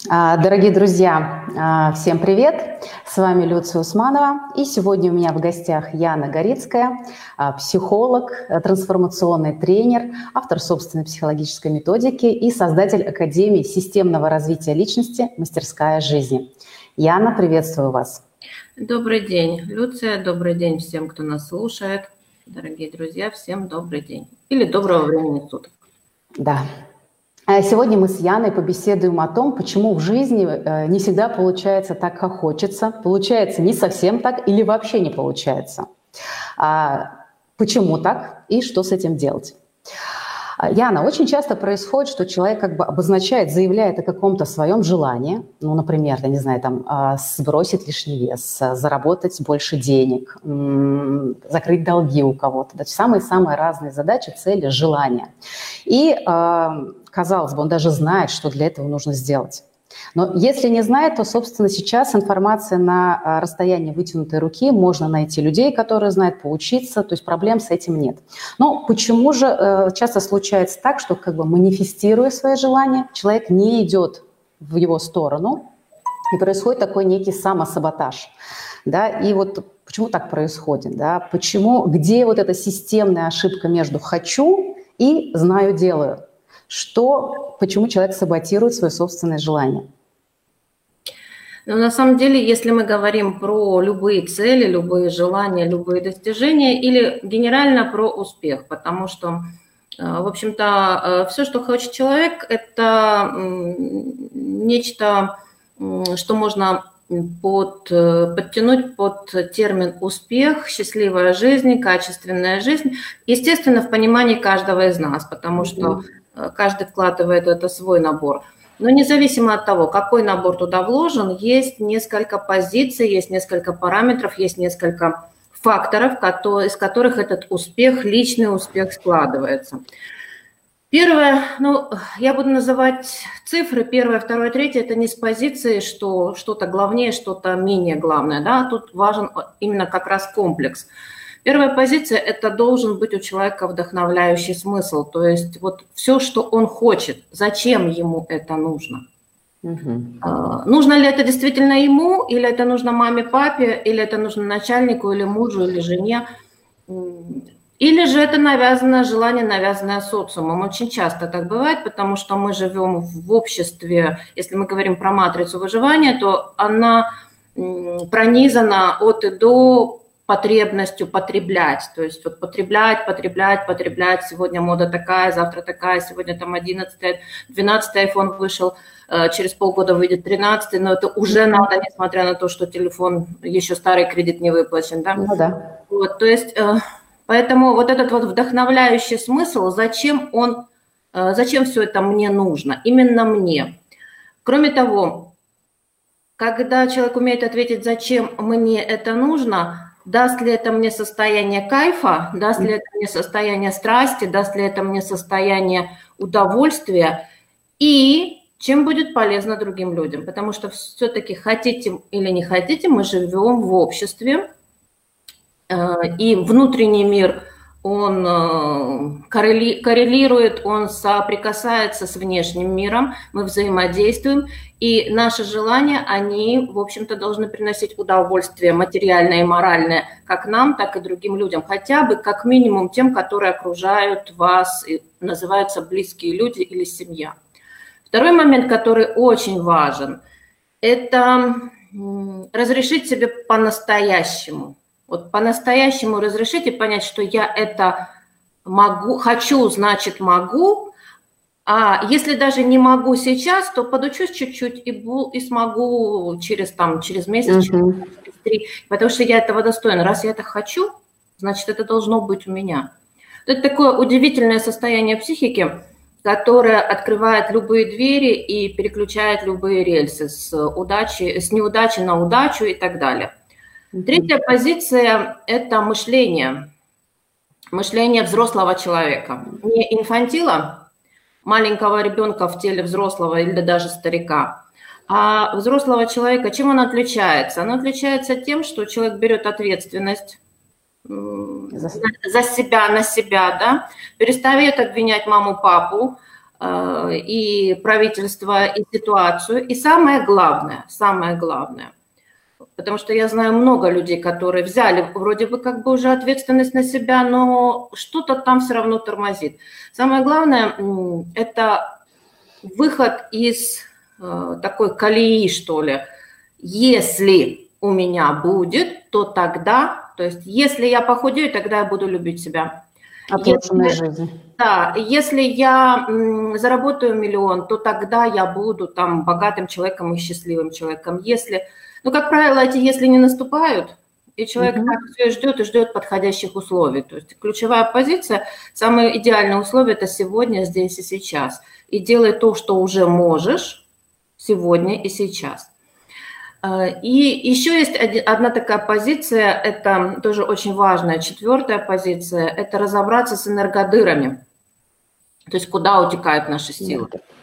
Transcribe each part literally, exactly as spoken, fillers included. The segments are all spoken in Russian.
А, Дорогие друзья, а, всем привет! С вами Люция Усманова. И сегодня у меня в гостях Яна Горицкая, а, психолог, а, трансформационный тренер, автор собственной психологической методики и создатель Академии системного развития личности «Мастерская жизни». Яна, приветствую вас. Добрый день, Люция. Добрый день всем, кто нас слушает. Дорогие друзья, всем добрый день. Или доброго времени суток. Да. Сегодня мы с Яной побеседуем о том, почему в жизни не всегда получается так, как хочется, получается не совсем так или вообще не получается. Почему так и что с этим делать? Яна, очень часто происходит, что человек как бы обозначает, заявляет о каком-то своем желании, ну, например, я не знаю, там, сбросить лишний вес, заработать больше денег, закрыть долги у кого-то, да, самые-самые разные задачи, цели, желания. И, казалось бы, он даже знает, что для этого нужно сделать. Но если не знает, то, собственно, сейчас информация на расстоянии вытянутой руки, можно найти людей, которые знают, поучиться, то есть проблем с этим нет. Но почему же часто случается так, что, как бы манифестируя свои желания, человек не идет в его сторону, и происходит такой некий самосаботаж, да, и вот почему так происходит, да, почему, где вот эта системная ошибка между «хочу» и «знаю, делаю», что, почему человек саботирует свои собственные желания? Но на самом деле, если мы говорим про любые цели, любые желания, любые достижения или генерально про успех, потому что, в общем-то, все, что хочет человек, это нечто, что можно под, подтянуть под термин «успех», «счастливая жизнь», «качественная жизнь», естественно, в понимании каждого из нас, потому что каждый вкладывает в это свой набор. Но независимо от того, какой набор туда вложен, есть несколько позиций, есть несколько параметров, есть несколько факторов, из которых этот успех, личный успех складывается. Первое, ну, я буду называть цифры, первое, второе, третье, это не с позиции, что что-то главнее, что-то менее главное, да, тут важен именно как раз комплекс. Первая позиция – это должен быть у человека вдохновляющий смысл, то есть вот все, что он хочет, зачем ему это нужно. Угу. Нужно ли это действительно ему, или это нужно маме, папе, или это нужно начальнику, или мужу, или жене, или же это навязанное желание, навязанное социумом. Очень часто так бывает, потому что мы живем в обществе, если мы говорим про матрицу выживания, то она пронизана от и до потребностью потреблять, то есть вот потреблять, потреблять, потреблять, сегодня мода такая, завтра такая, сегодня там одиннадцатый, двенадцатый айфон вышел, через полгода выйдет тринадцатый, но это уже надо, несмотря на то, что телефон еще старый, кредит не выплачен, да? Ну да. Вот, то есть, поэтому вот этот вот вдохновляющий смысл, зачем он, зачем все это мне нужно, именно мне. Кроме того, когда человек умеет ответить, зачем мне это нужно, даст ли это мне состояние кайфа, даст ли это мне состояние страсти, даст ли это мне состояние удовольствия и чем будет полезно другим людям. Потому что все-таки хотите или не хотите, мы живем в обществе, и внутренний мир, он коррелирует, он соприкасается с внешним миром, мы взаимодействуем, и наши желания, они, в общем-то, должны приносить удовольствие материальное и моральное как нам, так и другим людям, хотя бы как минимум тем, которые окружают вас, и называются близкие люди или семья. Второй момент, который очень важен, это разрешить себе по-настоящему. Вот по-настоящему разрешить и понять, что я это могу, хочу, значит могу, а если даже не могу сейчас, то подучусь чуть-чуть и, и смогу через, там, через месяц, uh-huh. через три, потому что я этого достойна. Раз я это хочу, значит это должно быть у меня. Это такое удивительное состояние психики, которое открывает любые двери и переключает любые рельсы с, удачи, с неудачи на удачу и так далее. Третья позиция – это мышление, мышление взрослого человека. Не инфантила, маленького ребенка в теле взрослого или даже старика, а взрослого человека. Чем он отличается? Он отличается тем, что человек берет ответственность за себя, на себя, да, перестает обвинять маму, папу, и правительство, и ситуацию. И самое главное, самое главное, потому что я знаю много людей, которые взяли вроде бы как бы уже ответственность на себя, но что-то там все равно тормозит. Самое главное – это выход из такой колеи, что ли. Если у меня будет, то тогда, то есть если я похудею, тогда я буду любить себя. Отложенная жизнь. Да, если я м, заработаю миллион, то тогда я буду там богатым человеком и счастливым человеком. Если, ну, как правило, эти если не наступают, и человек Мгм. так все и ждет, и ждет подходящих условий. То есть ключевая позиция, самое идеальное условие – это сегодня, здесь и сейчас. И делай то, что уже можешь сегодня и сейчас. И еще есть одна такая позиция, это тоже очень важная, четвертая позиция, это разобраться с энергодырами. То есть куда утекают наши силы.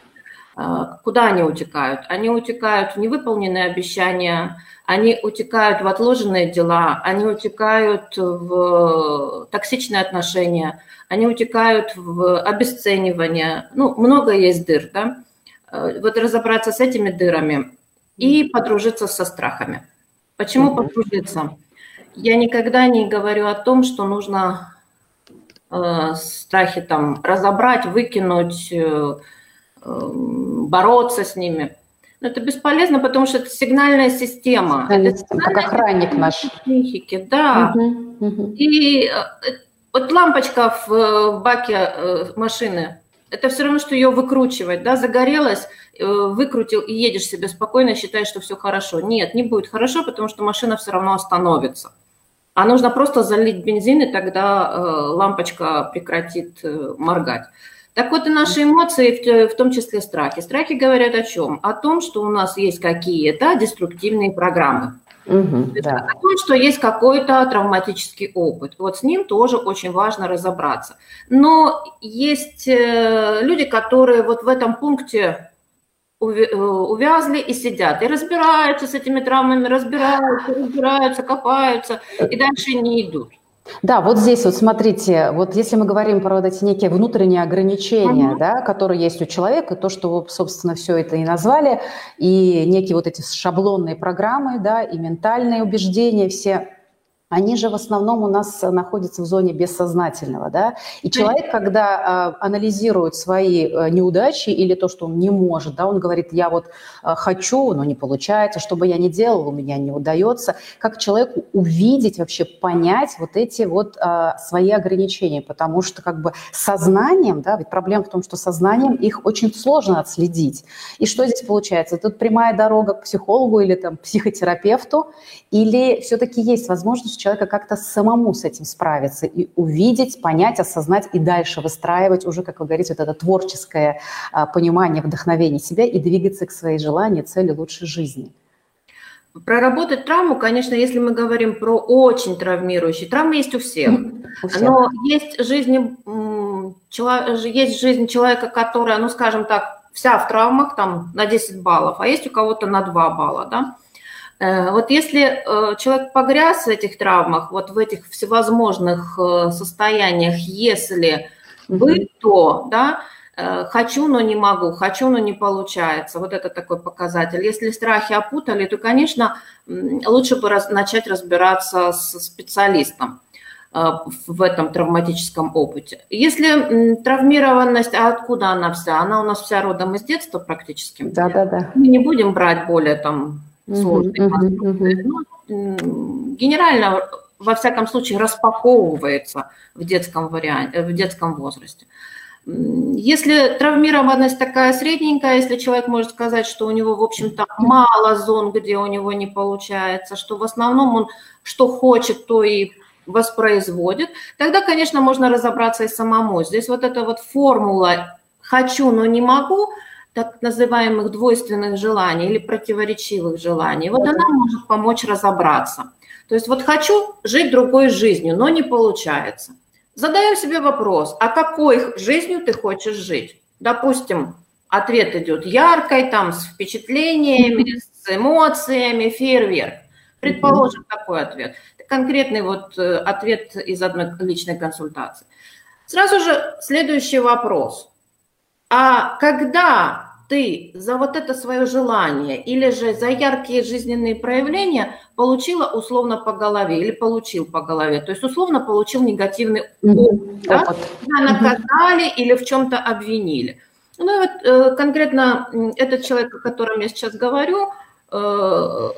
Куда они утекают? Они утекают в невыполненные обещания, они утекают в отложенные дела, они утекают в токсичные отношения, они утекают в обесценивание. Ну, много есть дыр, да? Вот разобраться с этими дырами и подружиться со страхами. Почему подружиться? Я никогда не говорю о том, что нужно э, страхи там разобрать, выкинуть, э, э, бороться с ними. Но это бесполезно, потому что это сигнальная система. Сигнальная это система, как охранник наш. Психики, да. Угу, угу. И э, вот лампочка в, в баке э, машины, это все равно, что ее выкручивать, да, загорелась, выкрутил и едешь себе спокойно, считаешь, что все хорошо. Нет, не будет хорошо, потому что машина все равно остановится. А нужно просто залить бензин, и тогда э, лампочка прекратит э, моргать. Так вот и наши эмоции, в, в том числе страхи. Страхи говорят о чем? О том, что у нас есть какие-то деструктивные программы. Угу, да. О том, что есть какой-то травматический опыт. Вот с ним тоже очень важно разобраться. Но есть э, люди, которые вот в этом пункте увязли и сидят, и разбираются с этими травмами, разбираются, разбираются, копаются, и дальше не идут. Да, вот здесь вот смотрите, вот если мы говорим про вот эти некие внутренние ограничения, uh-huh. да, которые есть у человека, то, что вы, собственно, все это и назвали, и некие вот эти шаблонные программы, да, и ментальные убеждения все, они же в основном у нас находятся в зоне бессознательного, да, и человек, когда э, анализирует свои э, неудачи или то, что он не может, да, он говорит, я вот э, хочу, но не получается, что бы я ни делал, у меня не удается, как человеку увидеть, вообще понять вот эти вот э, свои ограничения, потому что как бы сознанием, да, ведь проблема в том, что сознанием их очень сложно отследить. И что здесь получается? Тут прямая дорога к психологу или там психотерапевту, или все-таки есть возможность человека как-то самому с этим справиться и увидеть, понять, осознать и дальше выстраивать уже, как вы говорите, вот это творческое а, понимание, вдохновение себя и двигаться к своей желанию, цели лучшей жизни. Проработать травму, конечно, если мы говорим про очень травмирующие, травмы есть у всех, у всех. Но есть жизнь, есть жизнь человека, которая, ну, скажем так, вся в травмах, там, на десять баллов, а есть у кого-то на два балла, да. Вот если человек погряз в этих травмах, вот в этих всевозможных состояниях, если бы то, да, хочу, но не могу, хочу, но не получается, вот это такой показатель. Если страхи опутали, то, конечно, лучше бы раз, начать разбираться с специалистом в этом травматическом опыте. Если травмированность, а откуда она вся? Она у нас вся родом из детства практически. Да, да, да. Мы не будем брать более там сложные конструкции. Но, генерально, во всяком случае, распаковывается в детском варианте, в детском возрасте. Если травмированность такая средненькая, если человек может сказать, что у него, в общем-то, мало зон, где у него не получается, что в основном он что хочет, то и воспроизводит, тогда, конечно, можно разобраться и самому. Здесь вот эта вот формула «хочу, но не могу», так называемых двойственных желаний или противоречивых желаний, вот она может помочь разобраться. То есть вот хочу жить другой жизнью, но не получается. Задаем себе вопрос, а какой жизнью ты хочешь жить? Допустим, ответ идет яркой, там, с впечатлениями, с эмоциями, фейерверк. Предположим, mm-hmm. такой ответ. Это конкретный вот ответ из одной личной консультации. Сразу же следующий вопрос. А когда ты за вот это свое желание или же за яркие жизненные проявления получила условно по голове или получил по голове, то есть условно получил негативный опыт, Мгм. да? Опыт. Тебя наказали или в чем-то обвинили. Ну и вот э, конкретно этот человек, о котором я сейчас говорю, э,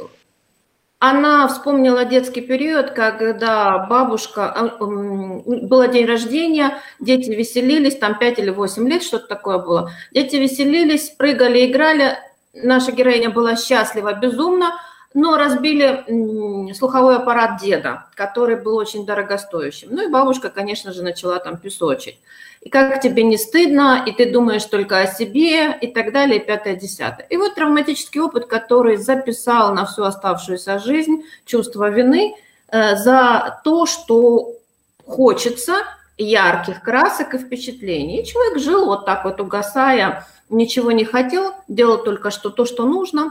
она вспомнила детский период, когда бабушка, был день рождения, дети веселились, там пять или восемь лет, что-то такое было. Дети веселились, прыгали, играли. Наша героиня была счастлива безумно, но разбили слуховой аппарат деда, который был очень дорогостоящим. Ну и бабушка, конечно же, начала там песочить. И как тебе не стыдно, и ты думаешь только о себе, и так далее, и пятое, десятое. И вот травматический опыт, который записал на всю оставшуюся жизнь чувство вины э, за то, что хочется ярких красок и впечатлений. И человек жил вот так вот, угасая, ничего не хотел, делал только что то, что нужно.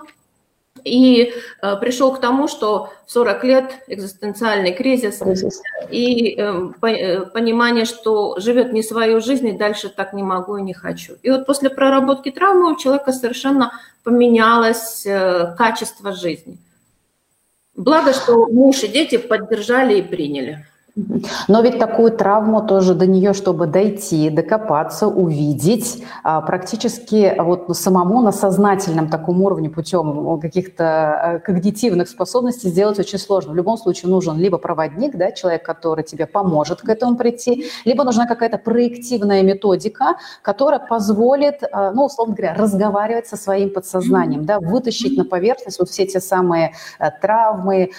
И э, пришел к тому, что в сорок лет экзистенциальный кризис, кризис. и э, по, э, понимание, что живет не свою жизнь, и дальше так не могу и не хочу. И вот после проработки травмы у человека совершенно поменялось э, качество жизни. Благо, что муж и дети поддержали и приняли. Но ведь такую травму тоже до нее, чтобы дойти, докопаться, увидеть, практически вот самому на сознательном таком уровне путем каких-то когнитивных способностей сделать очень сложно. В любом случае нужен либо проводник, да, человек, который тебе поможет к этому прийти, либо нужна какая-то проективная методика, которая позволит, ну, условно говоря, разговаривать со своим подсознанием, да, вытащить на поверхность вот все те самые травмы,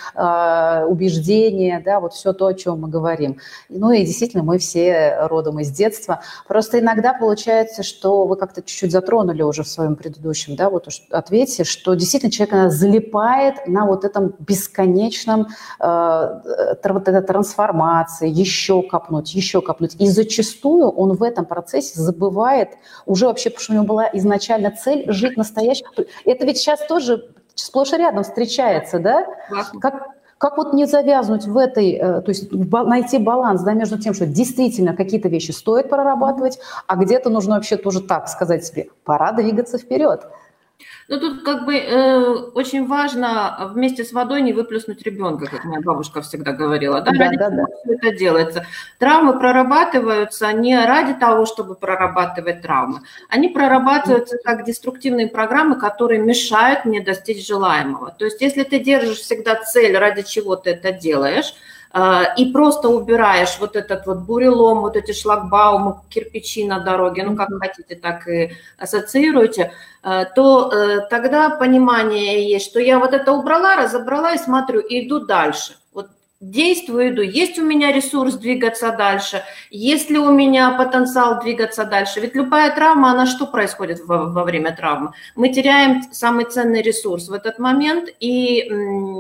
убеждения, да, вот все то, о чем мы говорим. Ну и действительно, мы все родом из детства. Просто иногда получается, что вы как-то чуть-чуть затронули уже в своем предыдущем, да, вот ответе, что действительно человек залипает на вот этом бесконечном э, вот этой трансформации, еще копнуть, еще копнуть. И зачастую он в этом процессе забывает уже вообще, потому что у него была изначально цель жить настоящим. Это ведь сейчас тоже сплошь и рядом встречается, да? Как Как вот не завязнуть в этой, то есть найти баланс, да, между тем, что действительно какие-то вещи стоит прорабатывать, а где-то нужно вообще тоже так сказать себе, пора двигаться вперед. Ну, тут как бы э, очень важно вместе с водой не выплеснуть ребенка, как моя бабушка всегда говорила. Да, да, ради да, чего да. все это делается? Травмы прорабатываются не ради того, чтобы прорабатывать травмы. Они прорабатываются как деструктивные программы, которые мешают мне достичь желаемого. То есть если ты держишь всегда цель, ради чего ты это делаешь, и просто убираешь вот этот вот бурелом, вот эти шлагбаумы, кирпичи на дороге, ну, как хотите, так и ассоциируйте, то тогда понимание есть, что я вот это убрала, разобрала и смотрю, и иду дальше. Вот действую, иду. Есть у меня ресурс двигаться дальше, есть ли у меня потенциал двигаться дальше. Ведь любая травма, она что происходит во, во время травмы? Мы теряем самый ценный ресурс в этот момент, и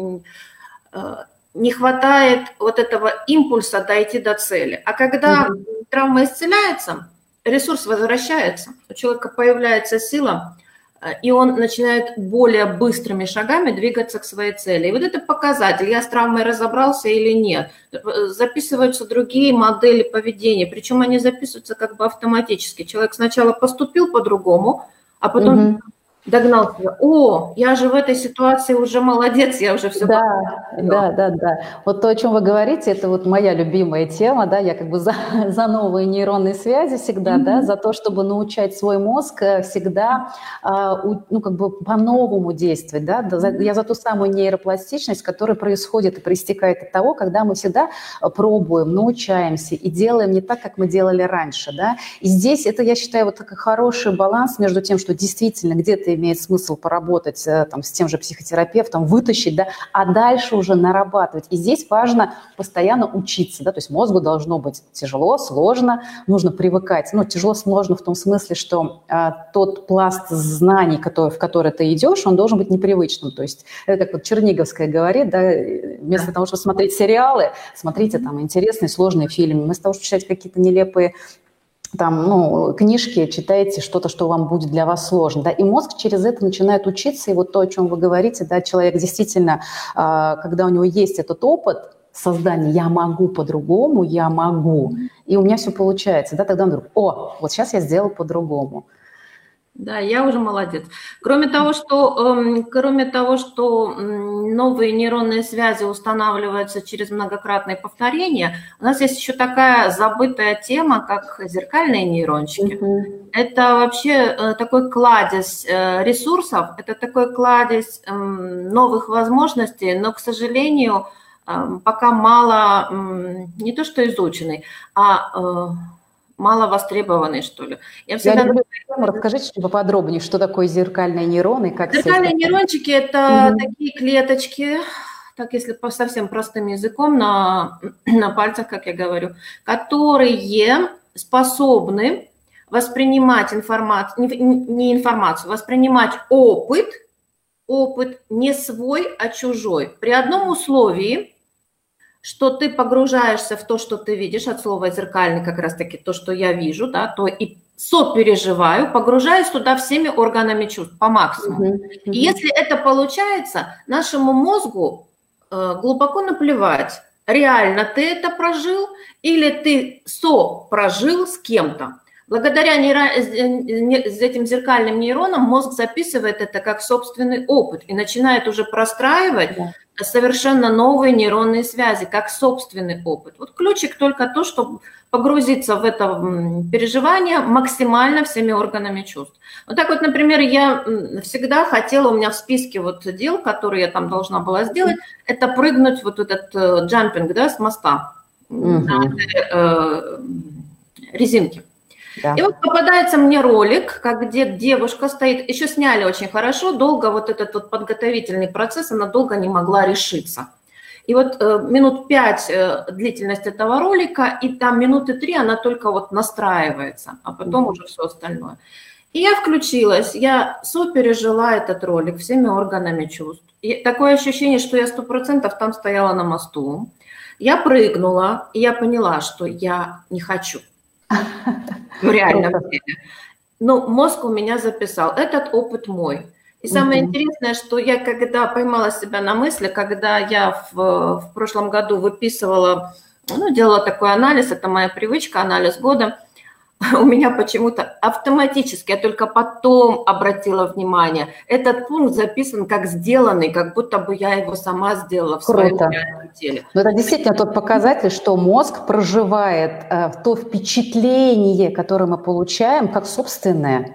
не хватает вот этого импульса дойти до цели. А когда mm-hmm. травма исцеляется, ресурс возвращается, у человека появляется сила, и он начинает более быстрыми шагами двигаться к своей цели. И вот это показатель, я с травмой разобрался или нет. Записываются другие модели поведения, причем они записываются как бы автоматически. Человек сначала поступил по-другому, а потом... Mm-hmm. догнал себя. О, я же в этой ситуации уже молодец, я уже все... Да, да, да, да. Вот то, о чем вы говорите, это вот моя любимая тема, да, я как бы за, за новые нейронные связи всегда, mm-hmm. да, за то, чтобы научать свой мозг всегда, ну, как бы по-новому действовать, да, я за ту самую нейропластичность, которая происходит и проистекает от того, когда мы всегда пробуем, научаемся и делаем не так, как мы делали раньше, да, и здесь это, я считаю, вот такой хороший баланс между тем, что действительно где-то имеет смысл поработать там, с тем же психотерапевтом, вытащить, да, а дальше уже нарабатывать. И здесь важно постоянно учиться, да, то есть мозгу должно быть тяжело, сложно, нужно привыкать. Ну, тяжело, сложно в том смысле, что а, тот пласт знаний, который, в который ты идешь, он должен быть непривычным. То есть это как вот Черниговская говорит, да, вместо того, чтобы смотреть сериалы, смотрите там интересные, сложные фильмы, вместо того, чтобы читать какие-то нелепые там, ну, книжки, читаете что-то, что вам будет для вас сложно, да, и мозг через это начинает учиться, и вот то, о чем вы говорите, да, человек действительно, когда у него есть этот опыт создания, я могу по-другому, я могу, и у меня все получается, да, тогда он говорит, о, вот сейчас я сделал по-другому. Да, я уже молодец. Кроме того, что, эм, кроме того, что м, новые нейронные связи устанавливаются через многократные повторения, у нас есть еще такая забытая тема, как зеркальные нейрончики. Мгм. Это вообще э, такой кладезь э, ресурсов, это такой кладезь эм, новых возможностей, но, к сожалению, эм, пока мало, м, не то что изученный, а э, мало востребованный, что ли. Я Я всегда... не люблю эту тему. Расскажите чуть поподробнее, что такое зеркальные нейроны, как с Зеркальные этим... нейрончики – это Мгм. такие клеточки, так если по совсем простым языком, на, на пальцах, как я говорю, которые способны воспринимать информацию, не, не информацию, воспринимать опыт, опыт не свой, а чужой. При одном условии, что ты погружаешься в то, что ты видишь, от слова зеркальный как раз-таки то, что я вижу, да, то и сопереживаю, погружаюсь туда всеми органами чувств по максимуму. Мгм. И Мгм. если это получается, нашему мозгу э, глубоко наплевать, реально ты это прожил или ты со-прожил с кем-то. Благодаря нейро... этим зеркальным нейронам мозг записывает это как собственный опыт и начинает уже простраивать Да. совершенно новые нейронные связи, как собственный опыт. Вот ключик только то, чтобы погрузиться в это переживание максимально всеми органами чувств. Вот так вот, например, я всегда хотела, у меня в списке вот дел, которые я там должна была сделать, это прыгнуть вот этот джампинг, да, с моста Мгм. на этой, э, резинке. Да. И вот попадается мне ролик, как где девушка стоит, еще сняли очень хорошо, долго вот этот вот подготовительный процесс, она долго не могла решиться. И вот э, минут пять э, длительность этого ролика, и там минуты три она только вот настраивается, а потом Мгм. уже все остальное. И я включилась, я сопережила этот ролик всеми органами чувств. И такое ощущение, что я сто процентов там стояла на мосту. Я прыгнула, и я поняла, что я не хочу. Ну, реально. Круто. Ну, мозг у меня записал. Этот опыт мой. И самое Мгм. интересное, что я когда поймала себя на мысли, когда я в, в прошлом году выписывала, ну, делала такой анализ, это моя привычка, анализ года, у меня почему-то автоматически, я только потом обратила внимание, этот пункт записан как сделанный, как будто бы я его сама сделала в своем Круто. реальном теле. Но это действительно тот показатель, что мозг проживает э, то впечатление, которое мы получаем, как собственное.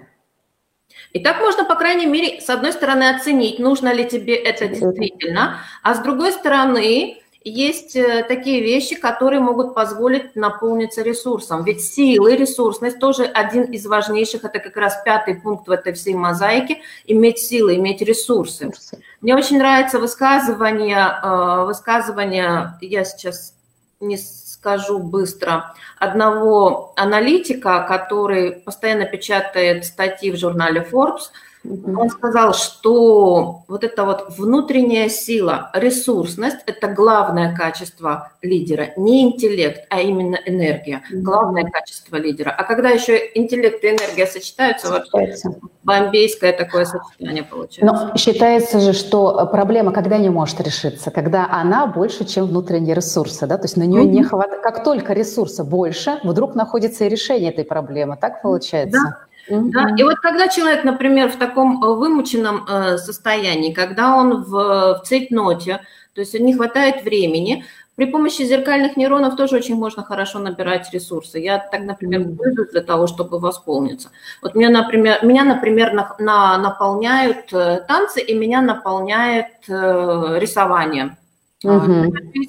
И так можно, по крайней мере, с одной стороны оценить, нужно ли тебе это Тебе это. действительно, а с другой стороны есть такие вещи, которые могут позволить наполниться ресурсом. Ведь силы, ресурсность тоже один из важнейших, это как раз пятый пункт в этой всей мозаике, иметь силы, иметь ресурсы. Ресурсы. Мне очень нравится высказывание, высказывание, я сейчас не скажу быстро, одного аналитика, который постоянно печатает статьи в журнале Forbes. Мгм. Он сказал, что вот эта вот внутренняя сила, ресурсность – это главное качество лидера. Не интеллект, а именно энергия. Главное качество лидера. А когда еще интеллект и энергия сочетаются, вообще Сочетается. бомбейское такое сочетание получается. Но считается же, что проблема когда не может решиться, когда она больше, чем внутренние ресурсы, да, то есть на нее не хватает. Как только ресурса больше, вдруг находится и решение этой проблемы, так получается? Да. Да, и вот когда человек, например, в таком вымученном э, состоянии, когда он в, в цейтноте, то есть не хватает времени, при помощи зеркальных нейронов тоже очень можно хорошо набирать ресурсы. Я так, например, пользуюсь для того, чтобы восполниться. Вот меня, например, меня, например на, на, наполняют э, танцы, и меня наполняет э, рисование. Угу.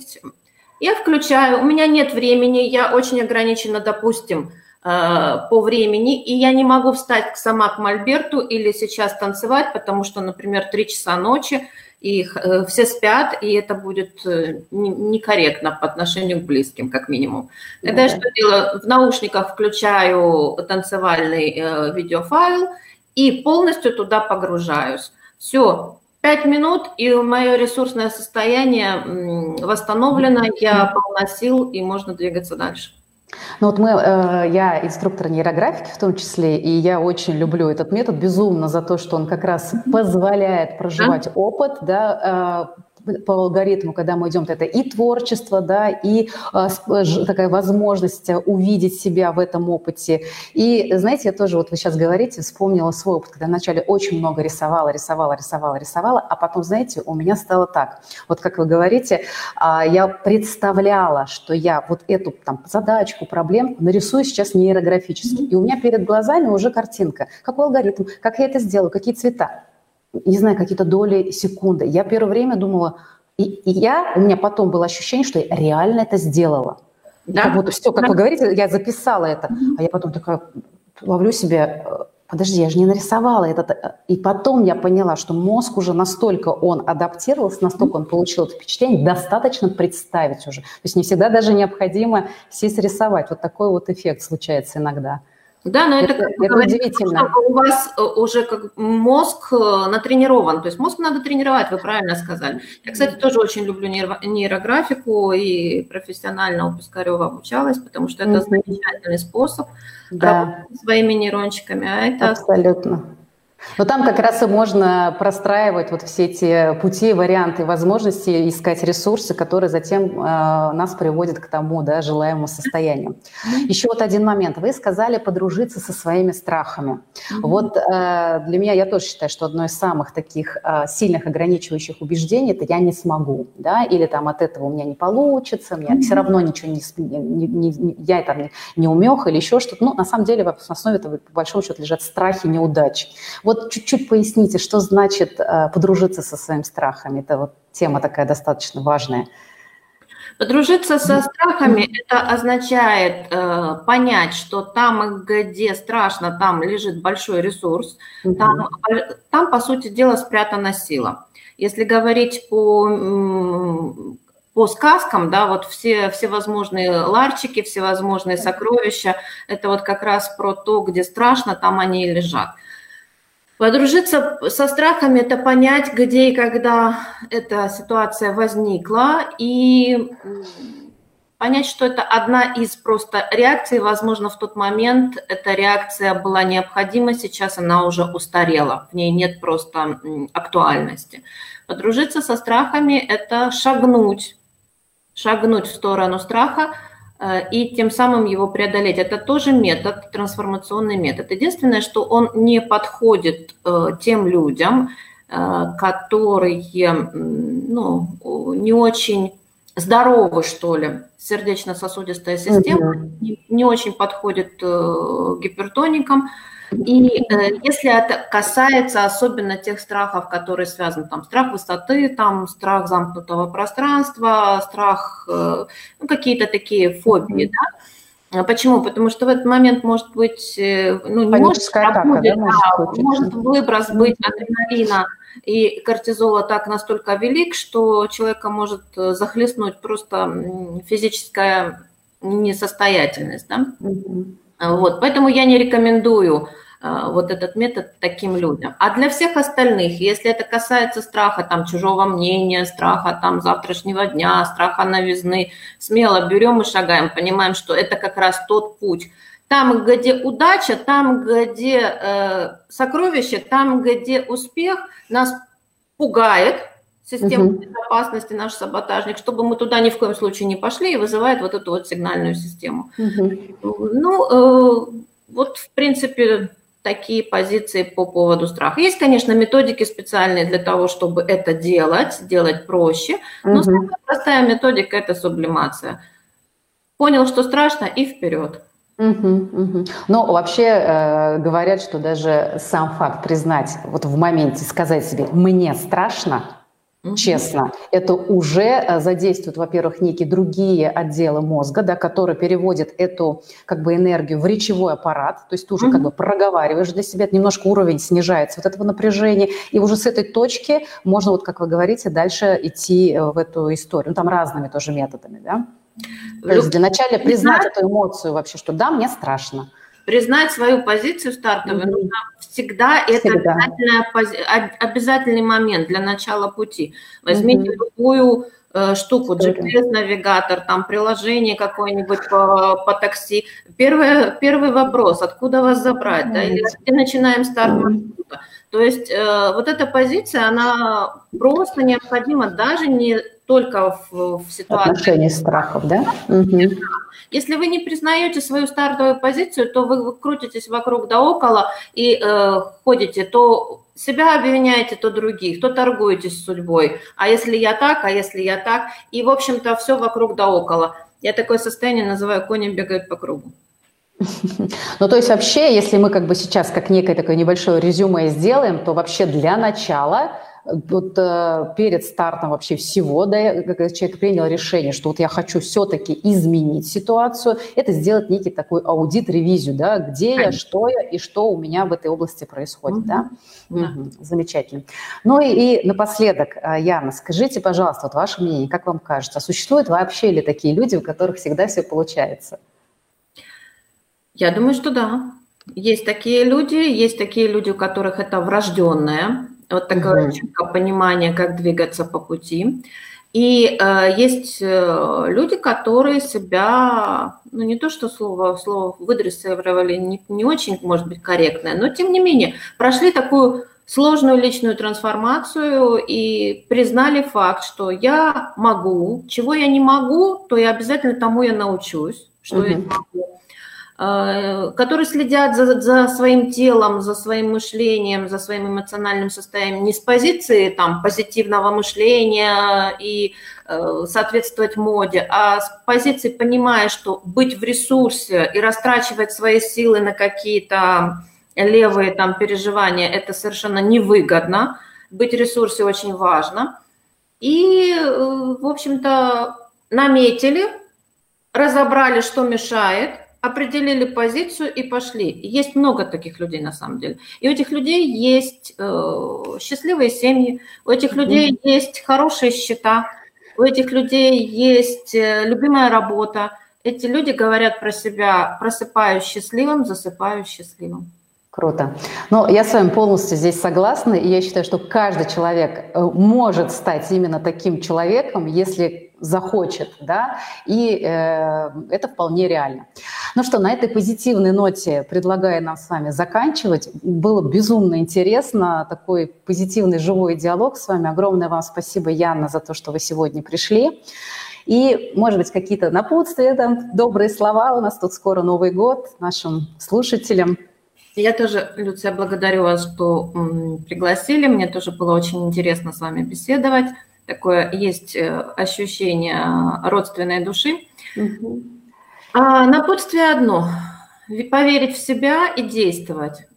Я включаю, у меня нет времени, я очень ограничена, допустим, по времени, и я не могу встать сама к мольберту или сейчас танцевать, потому что, например, три часа ночи, и все спят, и это будет некорректно по отношению к близким, как минимум. Тогда я что делаю? В наушниках включаю танцевальный видеофайл и полностью туда погружаюсь. Все, пять минут, и мое ресурсное состояние восстановлено, я полна сил, и можно двигаться дальше. Ну вот мы, э, я инструктор нейрографики в том числе, и я очень люблю этот метод безумно за то, что он как раз позволяет проживать опыт, да, э, по алгоритму, когда мы идем, это и творчество, да, и а, такая возможность увидеть себя в этом опыте. И, знаете, я тоже, вот вы сейчас говорите, вспомнила свой опыт, когда вначале очень много рисовала, рисовала, рисовала, рисовала, а потом, знаете, у меня стало так. Вот как вы говорите, я представляла, что я вот эту там задачку, проблемку нарисую сейчас нейрографически. И у меня перед глазами уже картинка. Какой алгоритм, как я это сделаю, какие цвета. Не знаю, какие-то доли секунды. Я первое время думала, и, и я, у меня потом было ощущение, что я реально это сделала. Да? Как будто все, как да. вы говорите, я записала это. А я потом такая ловлю себя, подожди, я же не нарисовала это. И потом я поняла, что мозг уже настолько он адаптировался, настолько он получил это впечатление, достаточно представить уже. То есть не всегда даже необходимо сесть рисовать. Вот такой вот эффект случается иногда. Да, но это, это, это говорит, удивительно. Что у вас уже как мозг натренирован, то есть мозг надо тренировать, вы правильно сказали. Я, кстати, тоже очень люблю нейрографику и профессионально у Пискарева обучалась, потому что это mm-hmm. замечательный способ да. работать своими нейрончиками. А это... Абсолютно. Но там как раз и можно простраивать вот все эти пути, варианты, возможности, искать ресурсы, которые затем э, нас приводят к тому, да, желаемому состоянию. Mm-hmm. Еще вот один момент. Вы сказали подружиться со своими страхами. Mm-hmm. Вот э, для меня, я тоже считаю, что одно из самых таких э, сильных ограничивающих убеждений – это «я не смогу», да, или там от этого у меня не получится, у меня mm-hmm. все равно ничего не, не, не, не я там не, не умех или еще что-то. Ну, на самом деле, в основе этого, по большому счету, лежат страхи, неудачи. Вот чуть-чуть поясните, что значит э, подружиться со своими страхами. Это вот тема такая достаточно важная. Подружиться со страхами – это означает э, понять, что там, где страшно, там лежит большой ресурс, mm-hmm. там, там, по сути дела, спрятана сила. Если говорить по, по сказкам, да, вот все всевозможные ларчики, всевозможные сокровища – это вот как раз про то, где страшно, там они и лежат. Подружиться со страхами – это понять, где и когда эта ситуация возникла, и понять, что это одна из просто реакций. Возможно, в тот момент эта реакция была необходима, сейчас она уже устарела, в ней нет просто актуальности. Подружиться со страхами – это шагнуть, шагнуть в сторону страха, и тем самым его преодолеть. Это тоже метод, трансформационный метод. Единственное, что он не подходит э, тем людям, э, которые ну, не очень здоровы, что ли, сердечно-сосудистая система, mm-hmm. не, не очень подходит э, гипертоникам. И э, если это касается особенно тех страхов, которые связаны, там, страх высоты, там, страх замкнутого пространства, страх, э, ну, какие-то такие фобии, да? Почему? Потому что в этот момент может быть, э, ну, не может, атака, да, может, может выброс быть адреналина и кортизола так настолько велик, что человека может захлестнуть просто физическая несостоятельность, да? Mm-hmm. Вот, поэтому я не рекомендую э, вот этот метод таким людям. А для всех остальных, если это касается страха там, чужого мнения, страха там, завтрашнего дня, страха новизны, смело берем и шагаем, понимаем, что это как раз тот путь. Там, где удача, там, где э, сокровище, там, где успех, нас пугает система uh-huh. безопасности, наш саботажник, чтобы мы туда ни в коем случае не пошли, и вызывает вот эту вот сигнальную систему. Uh-huh. Ну, э, вот, в принципе, такие позиции по поводу страха. Есть, конечно, методики специальные для того, чтобы это делать, делать проще, но uh-huh. самая простая методика – это сублимация. Понял, что страшно, и вперед. Угу, угу. Но вообще э, говорят, что даже сам факт признать, вот в моменте сказать себе «мне страшно», честно, это уже задействует, во-первых, некие другие отделы мозга, да, которые переводят эту как бы энергию в речевой аппарат, то есть ты уже mm-hmm. как бы проговариваешь для себя, немножко уровень снижается вот этого напряжения, и уже с этой точки можно, вот как вы говорите, дальше идти в эту историю. Ну, там разными тоже методами, да? То есть для начала признать эту эмоцию вообще, что да, мне страшно. Признать свою позицию стартовую mm-hmm. нужно всегда, всегда. Это обязательный момент для начала пути. Возьмите mm-hmm. любую э, штуку, джи пи эс-навигатор, там приложение какое-нибудь по, по такси. Первый, первый вопрос, откуда вас забрать, mm-hmm. да, или где начинаем старт маршрута. То есть э, вот эта позиция, она просто необходима даже не только в, в ситуации... Отношения страхов, да? Угу. Если вы не признаете свою стартовую позицию, то вы крутитесь вокруг да около и э, ходите, то себя обвиняете, то других, то торгуетесь судьбой. А если я так, а если я так? И, в общем-то, все вокруг да около. Я такое состояние называю «кони бегают по кругу». Ну, то есть вообще, если мы как бы сейчас как некое такое небольшое резюме сделаем, то вообще для начала, вот э, перед стартом вообще всего, да, когда человек принял решение, что вот я хочу все-таки изменить ситуацию, это сделать некий такой аудит, ревизию, да, где Конечно. я, что я и что у меня в этой области происходит, угу. да? Да. Угу. Замечательно. Ну и, и напоследок, Яна, скажите, пожалуйста, вот ваше мнение, как вам кажется, существуют вообще ли такие люди, у которых всегда все получается? Я думаю, что да. Есть такие люди, есть такие люди, у которых это врожденное, вот такое угу. понимание, как двигаться по пути. И э, есть э, люди, которые себя, ну не то что слово, слово выдрессировали, не, не очень, может быть, корректное, но тем не менее прошли такую сложную личную трансформацию и признали факт, что я могу, чего я не могу, то я обязательно тому я научусь, что угу. я не могу. Которые следят за, за своим телом, за своим мышлением, за своим эмоциональным состоянием не с позиции там, позитивного мышления и э, соответствовать моде, а с позиции понимая, что быть в ресурсе и растрачивать свои силы на какие-то левые там, переживания – это совершенно невыгодно. Быть в ресурсе очень важно. И, э, в общем-то, наметили, разобрали, что мешает, определили позицию и пошли. Есть много таких людей на самом деле. И у этих людей есть э, счастливые семьи, у этих mm-hmm. людей есть хорошие счета, у этих людей есть э, любимая работа. Эти люди говорят про себя: просыпаюсь счастливым, засыпаю счастливым. Круто. Ну, я с вами полностью здесь согласна, и я считаю, что каждый человек может стать именно таким человеком, если захочет, да, и э, это вполне реально. Ну что, на этой позитивной ноте предлагаю нам с вами заканчивать. Было безумно интересно, такой позитивный живой диалог с вами. Огромное вам спасибо, Яна, за то, что вы сегодня пришли. И, может быть, какие-то напутствия, там, добрые слова. У нас тут скоро Новый год нашим слушателям. Я тоже, Люция, благодарю вас, что м, пригласили. Мне тоже было очень интересно с вами беседовать. Такое есть ощущение родственной души. Угу. А напутствие одно – поверить в себя и действовать.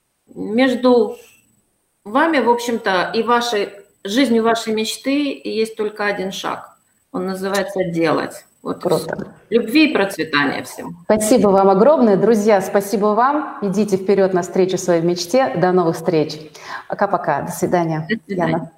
Между вами, в общем-то, и вашей жизнью вашей мечты есть только один шаг. Он называется «делать». Вот круто. Любви и процветания всем. Спасибо вам огромное. Друзья, спасибо вам. Идите вперед навстречу своей мечте. До новых встреч. Пока-пока. До свидания. До свидания. Яна.